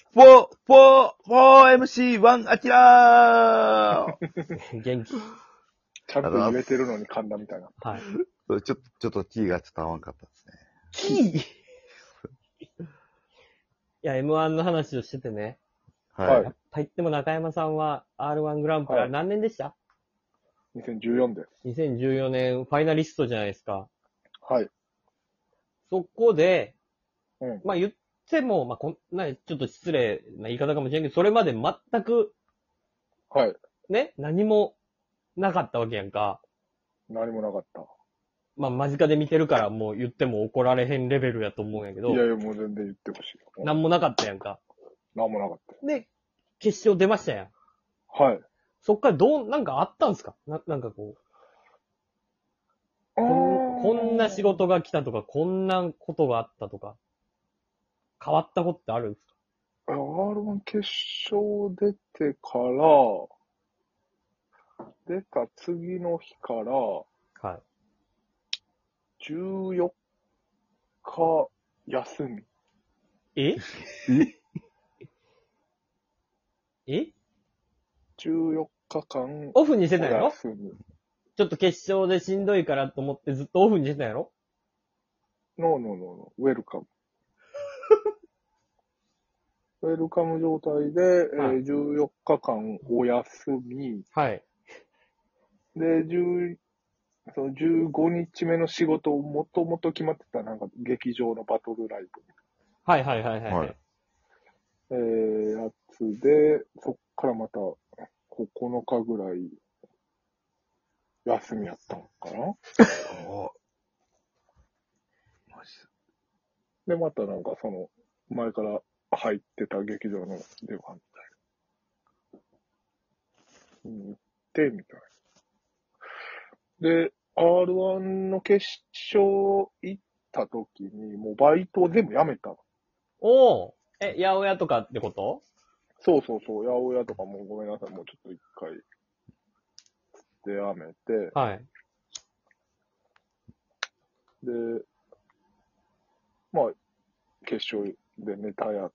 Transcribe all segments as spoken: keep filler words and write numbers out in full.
フォー、フォー、フォーエムシーワン アキラー元気。 ちゃんと言えてるのに噛んだみたいな。 はい。 ちょっと、ちょっとキーがちょっと合わんかったですね。 キーいや、エムワン の話をしててね。 はい。 やっぱ言っても中山さんは アールワン グランプリ、 はい何年でした ? にせんじゅうよん です。 にせんじゅうよねんファイナリストじゃないですか。 はい。 そこで、 うん。 まあ言っても、まあこんな、ちょっと失礼な言い方かもしれんけど、それまで全く、 はい。 ね、何もなかったわけやんか。 何もなかった。 まあ間近で見てるからもう言っても怒られへんレベルやと思うんやけど、 いやいや、もう全然言ってほしいよ。 何もなかったやんか。 何もなかっで、決勝出ましたやん。 た。はい。 そっからどう、なんかあったんすかな、なんかこう、 あこんこんな仕事事が来たとか、こんなことがあったとか、変わったことってあるんですか？ アールワン 決勝出てから、出た次の日から、 はい。 じゅうよっか休み。 ええじゅうよっかかんオフにしおてたんやろ？ 休み。 ちょっと決勝でしんどいからと思ってずっとオフにしてたんやろ？ ノーノーノーノー、ウェルカム。ウェルカム状態で、 はいえー、じゅうよっかかんお休み。 はい。 で、じゅうそのじゅうごにちめの仕事をもともと決まってた、なんか劇場のバトルライブ。 はいはいはいはい。 はいえー、やつで、そっからまたここのかぐらい休みやったのかな。 おマジで、またなんかその、前から入ってた劇場の出番みたいな。うん、で、みたいな。で、アールワン の決勝行った時に、もうバイトを全部辞めた。 おー。え、八百屋とかってこと？ そうそうそう、八百屋とかもごめんなさい、もうちょっと一回、で辞めて、 はい。 で、まあ、決勝でネタやって、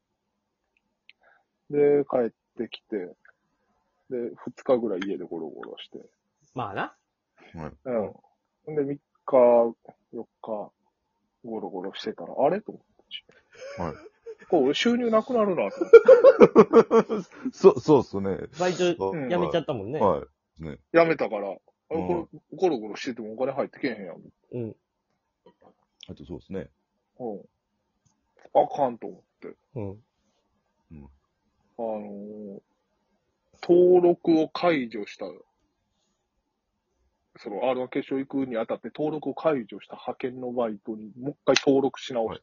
で、帰ってきて、で、二日ぐらい家でゴロゴロして、 まあな。 はい。 うん。で、三日、四日、ゴロゴロしてたら、あれと思って。 はい。 これ俺収入なくなるなと思って。 そう、そうっすね。 バイトうん辞めちゃったもんね。 はい。ね。 辞めたから、あうんこれゴロゴロしててもお金入ってけえへんやん。 うん。 あとそうですね。 うん。あかんと思って。 うん。 あのー登録を解除した、その アールワン 決勝行くにあたって登録を解除した派遣のバイトにもう一回登録し直して。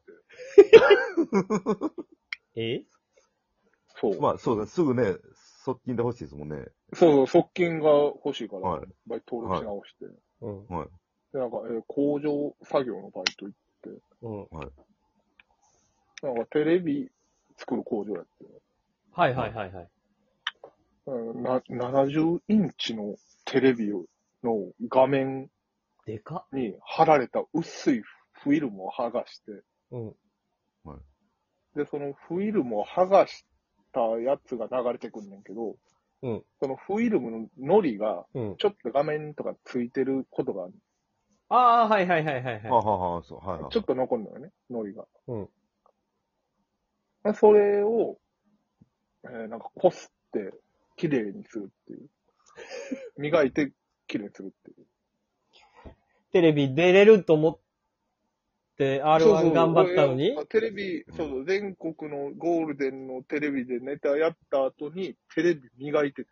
えそう。 まあ、そうだ、すぐね、側近で欲しいですもんね。 そうそう、側近が欲しいから、 はいバイト登録し直して。 うん。 はい。 で、なんか、えー工場作業のバイト行って、 うん。 はい。 なんかテレビ作る工場やって、 はいはいはいはい。 うん、なななじゅうインチのテレビの画面でかっ。 に貼られた薄いフィルムを剥がして、 うん。 で、そのフィルムを剥がしたやつが流れてくんねんけど、 うん。 そのフィルムの糊が、 うん。 ちょっと画面とかついてることがある、 ああ、はいはいはいはいははははそう、はいはい。 ちょっと残るのよね、糊が。 い。うん。 それを、えーなんかこすって綺麗にするっていう。磨いて綺麗にするっていう。 テレビ出れると思って アールワンそうそう頑張ったのに俺テレビ、そうそう、全国のゴールデンのテレビでネタやった後に、テレビ磨いてて。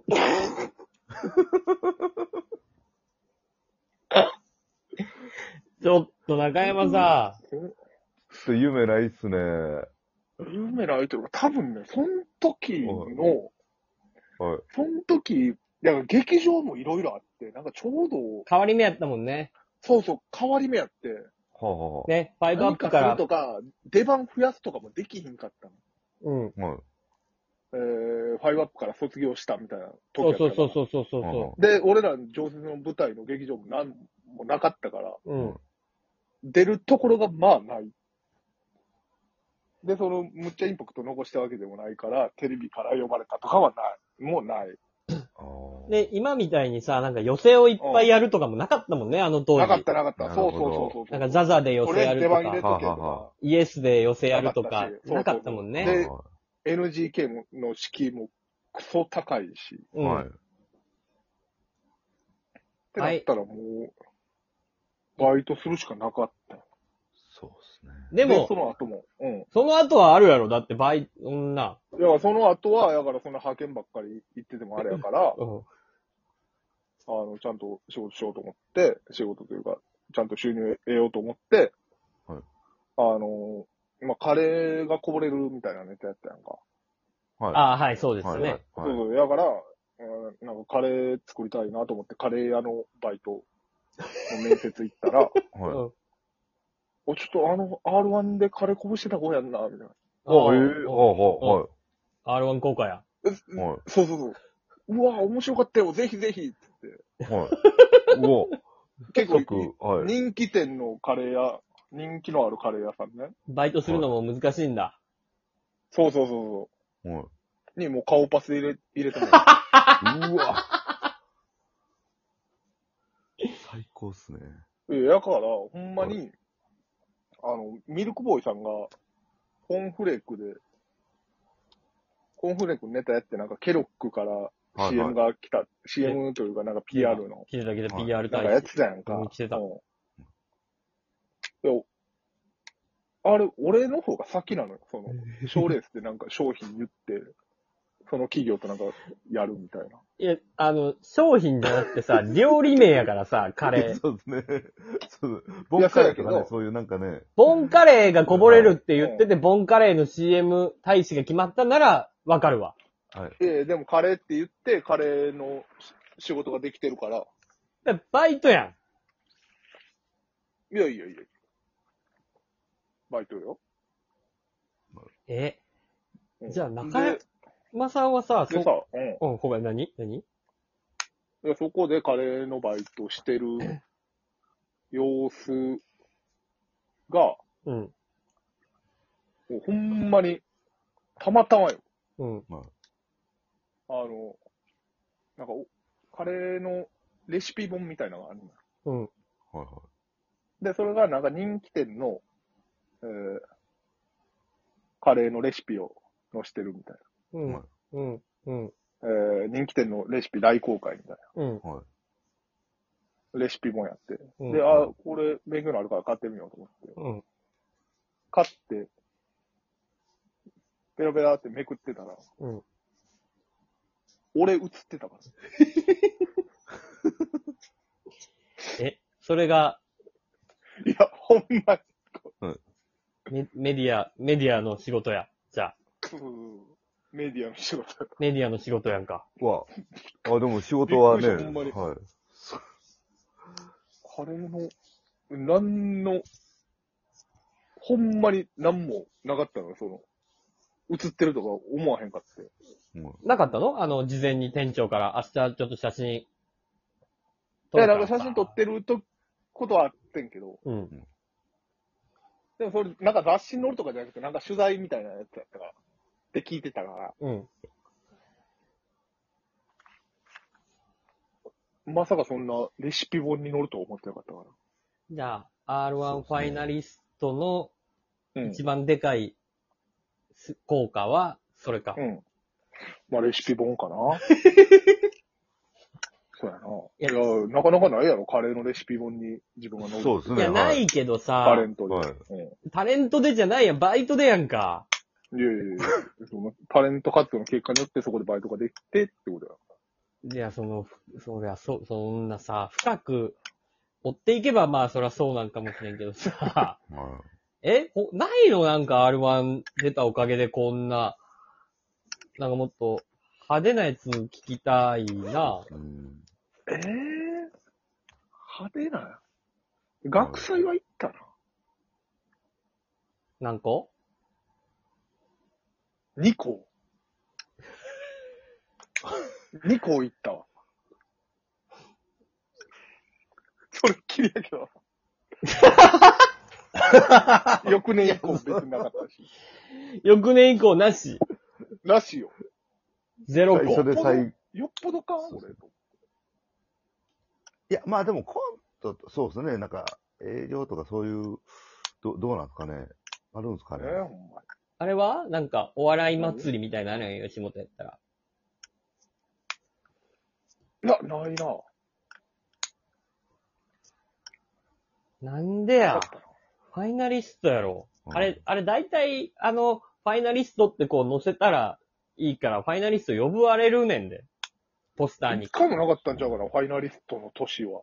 ちょっと中山さ、 ちょっと夢ないっすね。 夢の相手が多分ね、その時の、 はい。 その時、だから劇場もいろいろあって、なんかちょうど、 変わり目やったもんね。 そうそう、変わり目やって、 はあ、はあはね、ファイブアッ何かすプから。 るとか、出番増やすとかもできひんかったの。 うん。 あ、はい。 えー、ファイブアップから卒業したみたいなそう時やったから。 そうそうそうそうそで、俺ら上手の舞台の劇場もなんもなかったから、 う。うん。 出るところがまあない。 で、その、むっちゃインパクト残したわけでもないから、テレビから呼ばれたとかはない。もうない。 あーで、今みたいにさ、なんか寄せをいっぱいやるとかもなかったもんね、あの当時。 なかったなかった。そうなるほどそうそうそう。 なんかザザで寄せやるととりあえず出番入れか、 とけとはあはあはか。 イエスで寄せやるとかなかったし、 なかったもんね。 ではエヌジーケー もの敷居もクソ高いし。 い。はい。 うん。 ってなったらもう、バイトするしかなかったよ。 そうですね。 でもそ、の後も、うん。 その後はあるやろ。だってバイ、そんな。 いや、その後は、だからそんな派遣ばっかり行っててもあれやから、 うん。 あの、ちゃんと仕事しようと思って、仕事というか、ちゃんと収入得ようと思って、 はいあの、まあ、カレーがこぼれるみたいなネタやったやんか。 はい。 ああ、はい、そうですはい。 ね。 はい。 そうそう、だから、うんなんかカレー作りたいなと思って、カレー屋のバイトの面接行ったら、 はい。 うん。 お、ちょっとあの、アールワン でカレーこぼしてた子やんな、みたいな。 あ、ええー、 うんはアールワン 効果や。 えい。はい。はい。 そうそうそう。うわ、面白かったよ、ぜひぜひって言って。 はい。うわ、 結構、 早速はい。 人気店のカレー屋、人気のあるカレー屋さんね。 バイトするのも難しいんだ。 そうそうそうはい。 そう。に、もう顔パス入れ、入れてもらっうわ。最高っすね。 て。いや、だから、ほんまに、あの、ミルクボーイさんが、コーンフレークで、コーンフレークネタやって、なんかケロックからはいシーエム が来た、シーエム というか、なんか ピーアール の、 来てたけどはいピーアールなんかやっ大使。 てたやんか。 うん来てたうんいや、あれ、俺の方が先なのよ。その、賞レースでなんか商品言って、その企業となんかやるみたいな。 いや、あの、商品じゃなくてさ、料理名やからさ、カレー。 そうですね。そう。ボンカレーとかね、そういうなんかね。 ボンカレーがこぼれるって言ってて、ボンカレーの シーエム 大使が決まったなら、わかるわ。 はい。 ええでもカレーって言って、カレーのし仕事ができてるから、 だからバイトやいやいやいや。バイトよ。 ん。え、 うんじゃあ中山さんはさ、 で、でそさ、うん。 うん、ごめん、何何いやそこでカレーのバイトしてる様子が、 うん、 もうほんまに、たまたまよ。 うん、 あの、なんかお、カレーのレシピ本みたいなのがあるのよ。 うん、 はいはで、それがなんか人気店の、えー、カレーのレシピを載してるみたいうんはい、 うん、うん、 な。えー、人気店のレシピ大公開みたいうん、 い。はい。 な。レシピ本やって。 うんで、あ、これ勉強になるから買ってみようと思って。 うん。 買って、ペラペラってめくってたら、 うん。 俺映ってたから。 え、それがいや、ほんまメメディア、メディアの仕事や。じゃあ、 に、うんメディアの仕事。 メディアの仕事やんか。 わあ、でも仕事はね、 びっくりしたほんまにはい。 カレーの、なんの、ほんまになんもなかったのよ、その、映ってるとか思わへんかって。 うんなかったのあの、事前に店長から明日ちょっと写真撮で、 るかなんか写真撮ってると、ことはあってんけど、 うん。 でもそれ、なんか雑誌に載るとかじゃなくて、なんか取材みたいなやつやったから、って聞いてたから、 うん。 まさかそんなレシピ本に載るとは思ってなかったかじゃあ、アールワン ファイナリストのら。うん。 一番でかいす効果は、それか。 うん。まあ、レシピ本かな。そうやな。いいやや、なかなかないやろ、カレーのレシピ本に自分が載る。 そうですね。 いや、ないけどタさレ、ントで。 はいうん。 タレントでじゃないやん、バイトでやんか。 いやいやいやそのタレント活動の結果によってそこでバイトができてってことや。 いや、その、そりゃ、そ、そんなさ、深く追っていけば、まあ、そりゃそうなんかもしれんけどさ、 はえほないのなんか アールワン 出たおかげでこんな、なんかもっと派手なやつ聞きたいな。 い。うん。 ええー、派手な。学祭は行ったな。 何個にこ。にこ行ったわ。それっきりやけど。 翌年以降別になかったし。 翌年以降なし。 なしよ。 ゼロ個。 最初で最、 よっぽどか俺と。 いや、まあでもコント、そうですね。なんか、営業とかそういう、ど、どうなんですかね。あるんですかね。 ねえ、ほんまあれはなんか、お笑い祭りみたいなのよ、吉本やったら。 に。いや、ないな。 なんでやなか。ったなファイナリストやろ。 うんあれ、あれ大体、あの、ファイナリストってこう載せたらいいから、ファイナリスト呼ばれるねんで。ポスターに一。回もなかったんちゃうかな、ファイナリストの年は。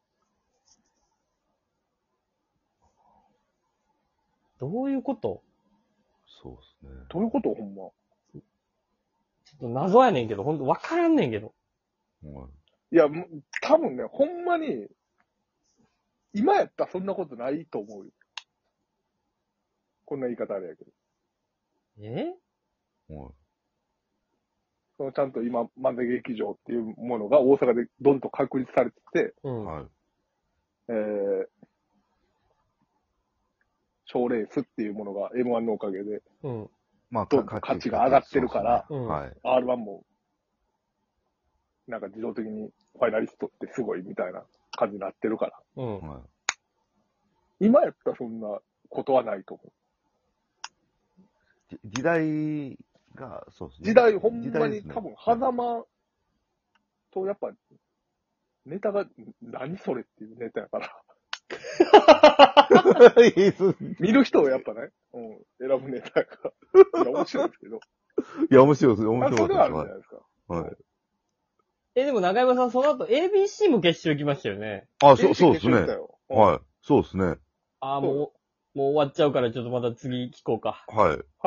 どういうことそうですね。 どういうことほんま。 ちょっと謎やねんけど、ほんとわからんねんけど。 いや、もう多分ね、ほんまに、今やったらそんなことないと思うよ。こんな言い方あれやけど。 えうん。はい。 そのちゃんと今、漫才劇場っていうものが大阪でどんと確立されてて、 うん。 はい。 えー、賞レースっていうものが エムワン のおかげで、 うん。 まあ、 どんどん価値が上がってるからそうですねはい。 アールワン も、なんか自動的にファイナリストってすごいみたいな感じになってるから。 うん。 はい。 今やったらそんなことはないと思う。 じ時代が、そうですね。 時代、ほん時ま代ですねに多分、狭間とやっぱ、ネタが、何それっていうネタやから。 いいっす見る人はやっぱね、うん、選ぶネタやから。いや、面白いですけど。 いや、面白いです。面あ、 白いです。 それはあるじゃないですか。 はい。 え、でも中山さん、その後 エービーシー も決勝行きましたよね。 あ、そう、そうですね。 決勝行ったようんはい。そうですね。 ああ、もう、もう終わっちゃうから、ちょっとまた次聞こうか。 はい。